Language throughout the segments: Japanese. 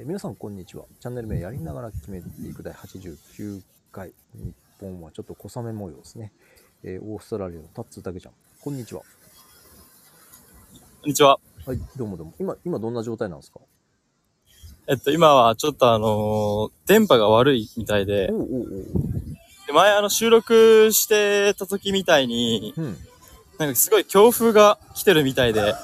皆さんこんにちは。チャンネル名やりながら決めていく第89回。日本はちょっと小雨模様ですね。オーストラリアのタッツーだけちゃん。こんにちは。 こんにちは。 はい、どうもどうも。今どんな状態なんですか？ 今はちょっと電波が悪いみたいで、 おうおうおう。 で前収録してた時みたいに、 うん。 なんかすごい強風が来てるみたいで、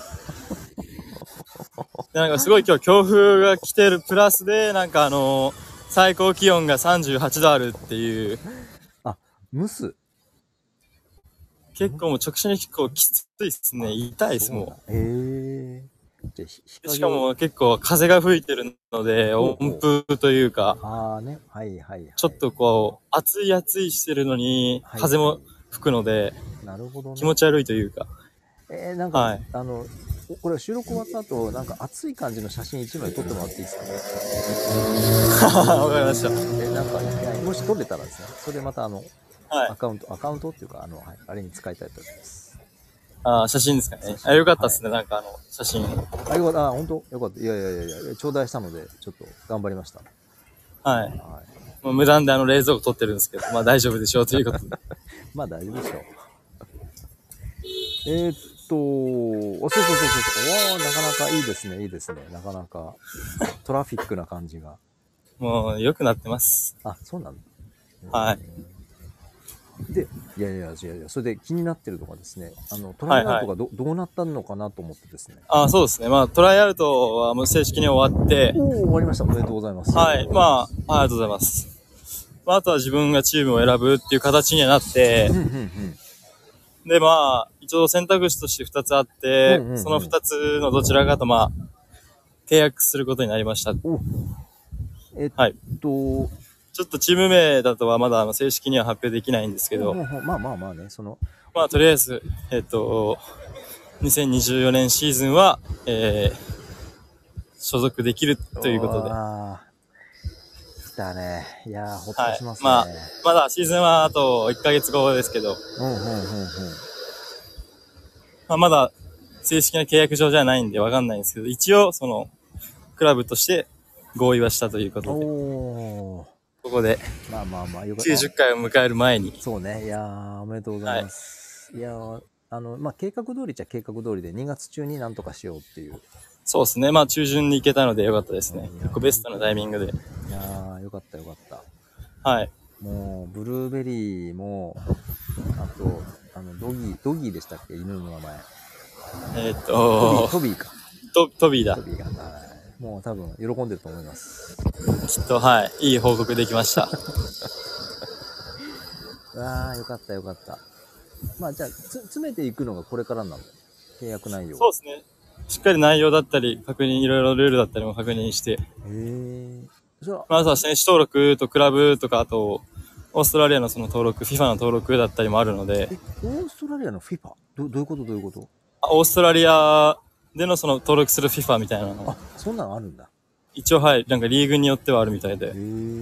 なんかすごい今日強風が来てるプラスで、なんか最高気温が38度あるっていう、 あ、蒸す。 結構もう直射に結構きついですね。痛いですもう。へえ。じゃあ日う。し陰を。 かも結構風が吹いてるので、 おうおう温風というか、 ああね。はいはいはい。 ちょっとこう、暑いしてるのに、 はい風も吹くので、 なるほどね。 気持ち悪いというか。 なんか、 はい。 これ収録終わった後、なんか暑い感じの写真1枚撮ってもらっていいですか？ わかりました。 なんか、いやもし撮れたらですね、それまたはい。 アカウントっていうか、はい、あれに使いたいと思います。 写真ですかね。よかったですね、なんか写真。 よかった、本当よかった。いや、頂戴したので、ちょっと頑張りました。 はい。もう無断で冷蔵庫取ってるんですけど、まあ大丈夫でしょうということで。 まあ大丈夫でしょう。そう。おなかなかいいですね。なかなかトラフィックな感じが。 もう良くなってます。 あ、そうなんだ。はい。 で、いや、それで気になってるとかですね、トライアウトがどうなったのかなと思ってですね。 そうですね。まあ、トライアウトはもう正式に終わって。 終わりました。おめでとうございます。 はい。まあ、ありがとうございます。まあ、あとは自分がチームを選ぶっていう形にはなって、で、まあ、一応選択肢として2つあって、その2つのどちらかと、まあ、契約することになりました。はい。ちょっとチーム名だとはまだ正式には発表できないんですけど、 まあね、 まあとりあえず、2024年シーズンは、所属できるということで。 来たね。いやー、ほっとしますね。 まあ、まだシーズンはあと1ヶ月後ですけど、まあ、まだ正式な契約上じゃないんでわかんないんですけど、一応クラブとして合意はしたということで。ここで、 まあ、 90回を迎える前に。 そうね。いやー、おめでとうございます。いやー、まあ、計画通りっちゃ計画通りで、2月中になんとかしようっていう。 そうですね。まあ、中旬に行けたのでよかったですね。結構ベストなタイミングで。 いやー、よかった。 はい。 もう、ブルーベリーも、あと、ドギーでしたっけ？犬の名前。トビーか。 トビーだ。 もう多分喜んでると思います。 きっと、はい。いい報告できました。 わー、よかった。まあ、じゃあ、詰めていくのがこれからなの？契約内容。 そうですね。しっかり内容だったり、いろいろルールだったりも確認して。まあ、選手登録とクラブとか、あと、オーストラリアのその登録、FIFA の登録だったりもあるので。 オーストラリアの FIFA？ どういうこと？ オーストラリアでのその登録する FIFA みたいなの。 そんなのあるんだ。 一応、はい。なんかリーグによってはあるみたいで。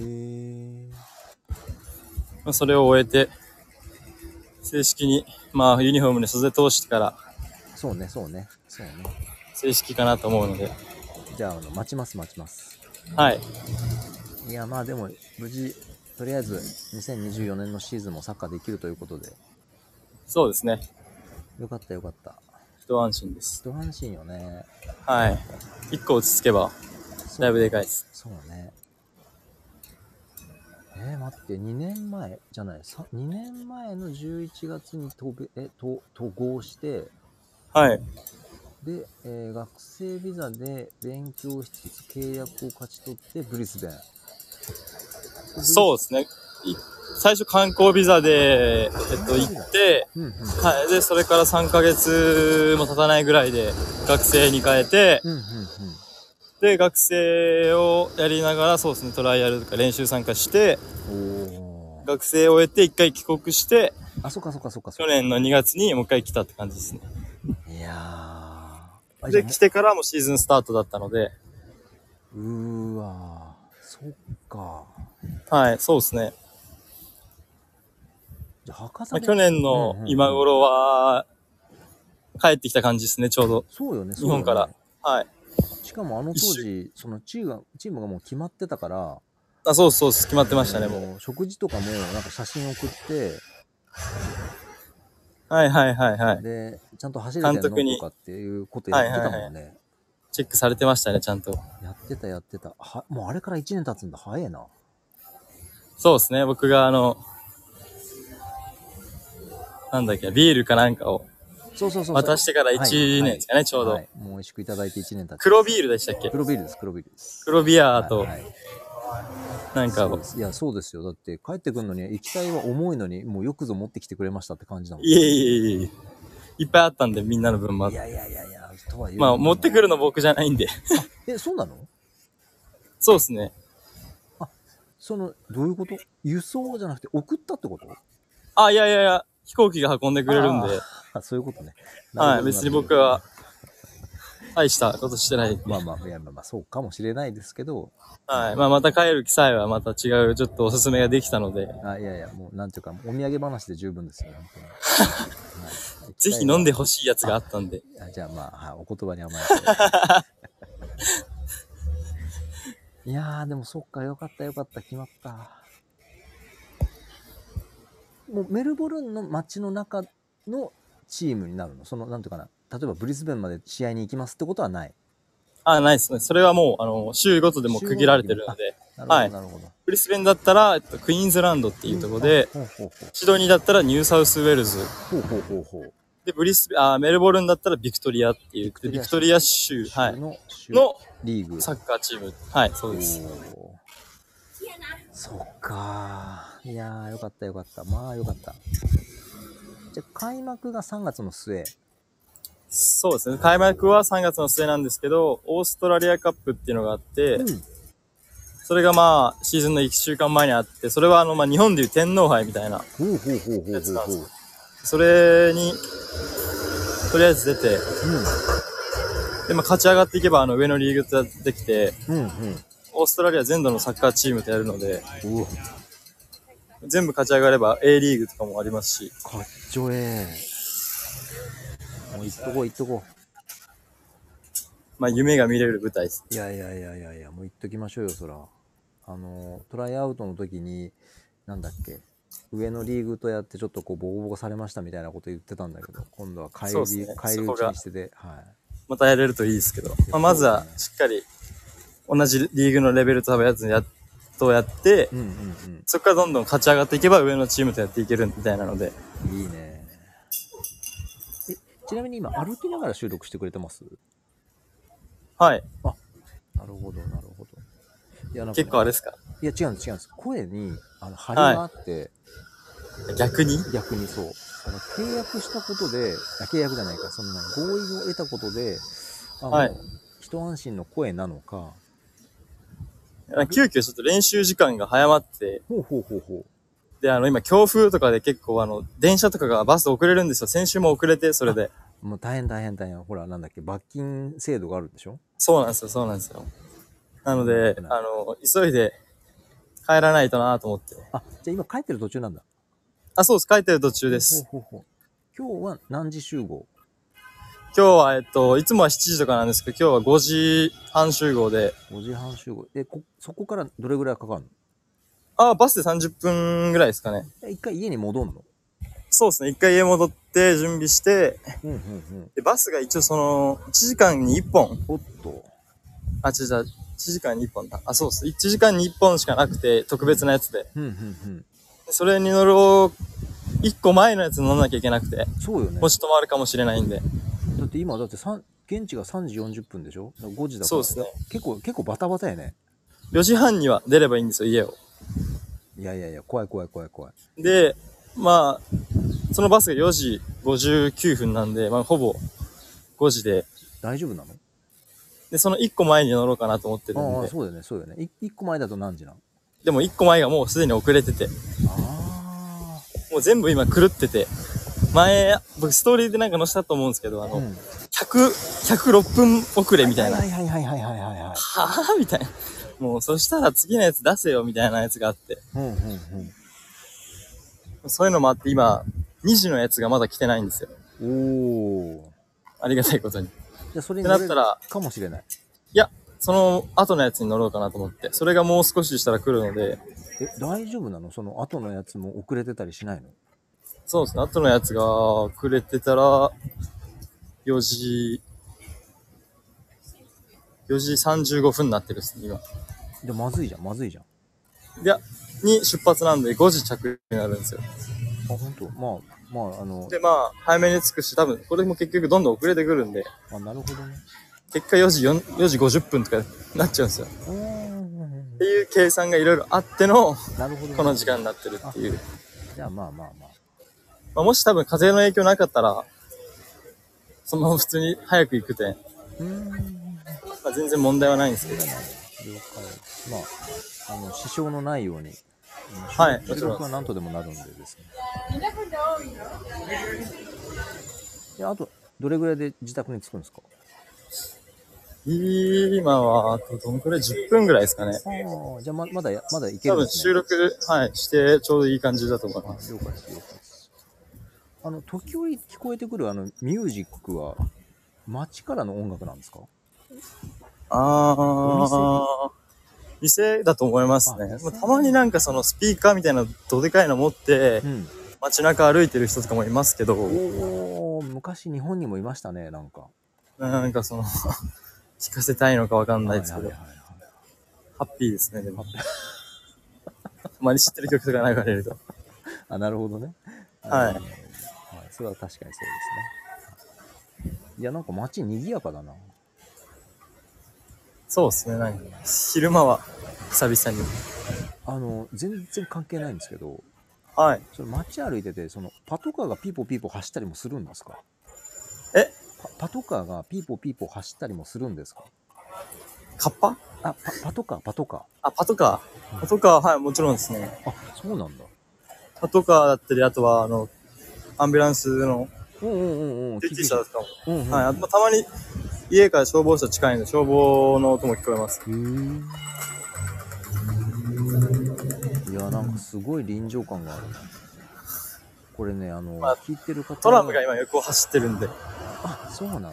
まあ、それを終えて、正式に、まあ、ユニフォームに袖通してから。 そうね。 正式かなと思うので。 じゃあ、待ちます。 はい。 いや、まあでも、無事、とりあえず、2024年のシーズンもサッカーできるということで。 そうですね。 よかった。 一安心です。 一安心よね。 はい。一個落ち着けば、だいぶでかいです。 そうね。待って、2年前の11月に渡航して、 はい。 で、学生ビザで勉強しつつ契約を勝ち取ってブリスベン。 そうですね。最初観光ビザで、行って、はい。で、それから3ヶ月も経たないぐらいで学生に変えて、で、学生をやりながら、そうですね、トライアルとか練習参加して、学生を終えて一回帰国して、 そっか。 去年の2月にもう一回来たって感じですね。 いやー。で、来てからもシーズンスタートだったので。 そっか。 はい、そうですね。去年の今頃は、帰ってきた感じですね、ちょうど。 そうよね。 日本から。はい。 しかもあの当時、そのチームがもう決まってたから、 あ、そうそう、決まってましたね、もう。 食事とかもなんか写真送って、 はいはいはいはい。 で、ちゃんと走れてんのとかっていうことやってたもんね。 はいはいはい。チェックされてましたね、ちゃんと。 やってた。もうあれから1年経つんだ。早いな。 そうですね、僕がなんだっけ、ビールかなんかをそう渡してから1年ですかね、ちょうど。 はい。もう美味しくいただいて1年経つ。 黒ビールでしたっけ？ 黒ビールです。 黒ビアと、なんかを。 いや、そうですよ。だって帰ってくるのに液体は重いのに、もうよくぞ持ってきてくれましたって感じだもん。 いえいえいえ。いっぱいあったんで、みんなの分も。 いや、とは言う。 まあ、持ってくるの僕じゃないんで。 そうなの？ そうですね。 どういうこと？輸送じゃなくて送ったってこと？ あ、いや、飛行機が運んでくれるんで。 そういうことね。 はい、別に僕は、大したことしてない。 まあ、そうかもしれないですけど。 はい。まあ、また帰る機会はまた違う、ちょっとおすすめができたので。 もう、なんていうか、お土産話で十分ですよ、本当に。 ぜひ飲んでほしいやつがあったんで。 じゃあまあ、お言葉に甘えて。いやー、でもそっか、よかった、決まった。もうメルボルンの街の中のチームになるの？なんていうかな、例えばブリスベンまで試合に行きますってことはない？ ないですね。それはもう、週ごとでも区切られてるので。はい。ブリスベンだったら、クイーンズランドっていうところで、シドニーだったらニューサウスウェルズ。で、メルボルンだったらビクトリアっていう、ビクトリア州、はい。のリーグ。サッカーチーム。はい、そうです。 そっかー。いやー、よかった。まあ、よかった。じゃあ、開幕が3月の末。 そうですね。開幕は3月の末なんですけど、オーストラリアカップっていうのがあって、それがまあ、シーズンの1週間前にあって、それは日本でいう天皇杯みたいなやつなんですよ。それに、とりあえず出て、で、勝ち上がっていけば上のリーグとできて、オーストラリア全土のサッカーチームとやるので、全部勝ち上がれば A リーグとかもありますし。 かっちょええ。もう行っとこう。 まあ、夢が見れる舞台です。 いや、もう行っときましょうよ、そら。トライアウトの時に、なんだっけ、上のリーグとやってちょっとボコボコされましたみたいなこと言ってたんだけど、今度は返り討ちにしてて、 またやれるといいですけど、まずはしっかり同じリーグのレベルとやつやって、そこからどんどん勝ち上がっていけば上のチームとやっていけるみたいなので。 いいね。ちなみに今歩きながら収録してくれてます？ はい。 あ、なるほど。 いや、結構あれですか？ いや、違うんです。声に、張りがあって、 逆にそう。契約したことで、契約じゃないか、合意を得たことで、一安心の声なのか。 急遽ちょっと練習時間が早まって、で、今、強風とかで結構電車とかがバス遅れるんですよ。先週も遅れて、それで。 もう大変。ほら、なんだっけ、罰金制度があるんでしょ？ そうなんですよ。なので、急いで帰らないとなと思って。 じゃあ今帰ってる途中なんだ。 そうです。帰ってる途中です。 今日は何時集合？ 今日は、いつもは7時とかなんですけど、今日は5時半集合で。 5時半集合。そこからどれぐらいかかるの？ バスで30分ぐらいですかね。 一回家に戻んの？ そうですね。一回家戻って準備して、でバスが一応1時間に1本。 おっと。 1時間に1本だ。そうです。1時間に1本しかなくて、特別なやつで。それに乗る1個前のやつ乗らなきゃいけなくて。 そうよね。 もし止まるかもしれないんで。 だって今、現地が3時40分でしょ？ 5 時だから。 そうですね。 結構バタバタやね。 4時半には出ればいいんですよ、家を。 いや、怖い。 で、まあ、そのバスが4時59分なんで、ほぼ5時で。 大丈夫なの？ で、その1個前に乗ろうかなと思ってるんで。 そうよね。1個前だと何時なの？ でも1個前がもうすでに遅れてて。もう全部今狂ってて。前、僕ストーリーでなんか載せたと思うんですけど、106分遅れみたいな。 はい。 はぁみたいな。もうそしたら次のやつ出せよみたいなやつがあって。そういうのもあって今、2時のやつがまだ来てないんですよ。ありがたいことに。 じゃあそれに乗れるかもしれない。 いや、その後のやつに乗ろうかなと思って。それがもう少ししたら来るので。 大丈夫なの？その後のやつも遅れてたりしないの？ そうですね。後のやつが遅れてたら、4時、4時35分になってるっすね、今。 で、まずいじゃん。 いや、に出発なんで5時着になるんですよ。 あ、本当。 で、まあ、早めに着くし、多分、これも結局どんどん遅れてくるんで。 あ、なるほどね。 結果4時50分とかなっちゃうんですよ。っていう計算がいろいろあっての、 なるほどね、 この時間になってるっていう。 じゃあまあ。 まあ、もし多分風の影響なかったら、そのまま普通に早く行くて、まあ、全然問題はないんですけど。 了解。まあ、支障のないように。 はい。 収録は何とでもなるんでですね。あと、どれぐらいで自宅に着くんですか？ 今は、どのくらい10分ぐらいですかね。 じゃあまだいけるんですね。 多分収録、してちょうどいい感じだと思います。 了解です。時折聞こえてくるミュージックは、街からの音楽なんですか？ 店だと思いますね。たまになんかそのスピーカーみたいなどでかいの持って、街中歩いてる人とかもいますけど。 昔日本にもいましたね、なんか。 なんかその、聞かせたいのかわかんないですけど。ハッピーですね、でも。たまに知ってる曲とか流れると。 あ、なるほどね。 はい。 それは確かにそうですね。いや、なんか街賑やかだな。 そうですね、なんか、昼間は久々に。 全然関係ないんですけど、 はい。 その街歩いてて、パトカーがピーポー走ったりもするんですか？パトカーがピーポー走ったりもするんですか？ カッパ？ パトカー。 パトカー、はい、もちろんですね。 あ、そうなんだ。 パトカーだったり、あとは、アンビュランスの、救急車ですかも。はい、たまに、家から消防車近いんで、消防の音も聞こえます。 いや、なんかすごい臨場感がある。これね、聞いてる方トラムが今横を走ってるんで。 あ、そうなんだ。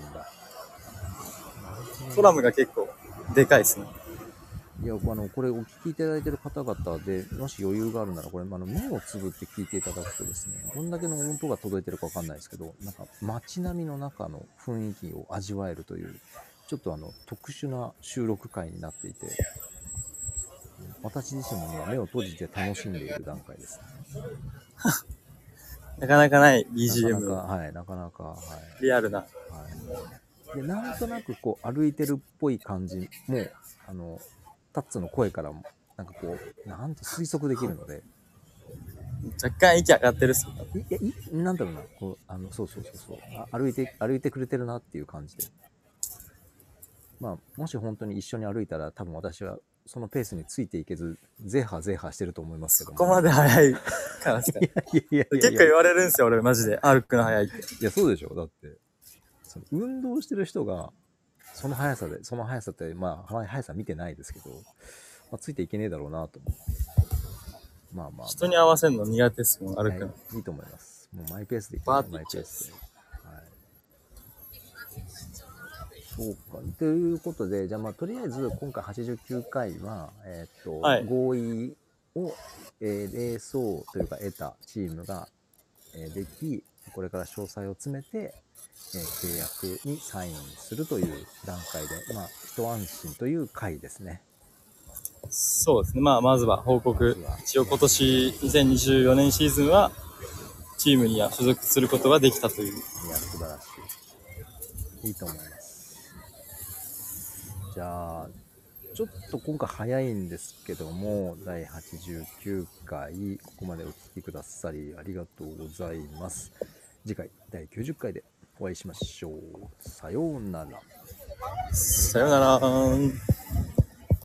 トラムが結構でかいですね。 いや、これお聞きいただいてる方々で、もし余裕があるなら、これ、目をつぶって聞いていただくとですね、どんだけの音が届いてるかわかんないですけど、なんか街並みの中の雰囲気を味わえるという、ちょっと特殊な収録会になっていて、私自身も今目を閉じて楽しんでいる段階ですね。 なかなかない BGM。 なかなか、 リアルな。 で、なんとなくこう歩いてるっぽい感じも、タッツの声からも、なんかこう、なんと推測できるので。 若干息上がってるっすね。なんだろうな、こう、そう。歩いてくれてるなっていう感じで。まあ、もし本当に一緒に歩いたら、多分私はそのペースについていけず、ゼーハーしてると思いますけども。 そこまで速いからですか。結構言われるんですよ、俺、マジで。歩くの速いって。 いや、そうでしょ。だって、運動してる人が、その速さって、まあ、速さ見てないですけど、まあ、ついていけねえだろうなと思って。まあ。 人に合わせるの苦手ですもん、歩くの。 いいと思います。もうマイペースでいってマイペースで。そうか。ということで、じゃあとりあえず今回89回は、合意を、得たチームが、でき、これから詳細を詰めて、契約にサインするという段階で、一安心という回ですね。 そうですね。まずは報告。一応今年2024年シーズンは、チームには所属することができたという。いや、素晴らしい。いいと思います。じゃあ、ちょっと今回早いんですけども、第89回、ここまでお聞きくださりありがとうございます。次回、第90回でお会いしましょう。さようなら。 さようなら。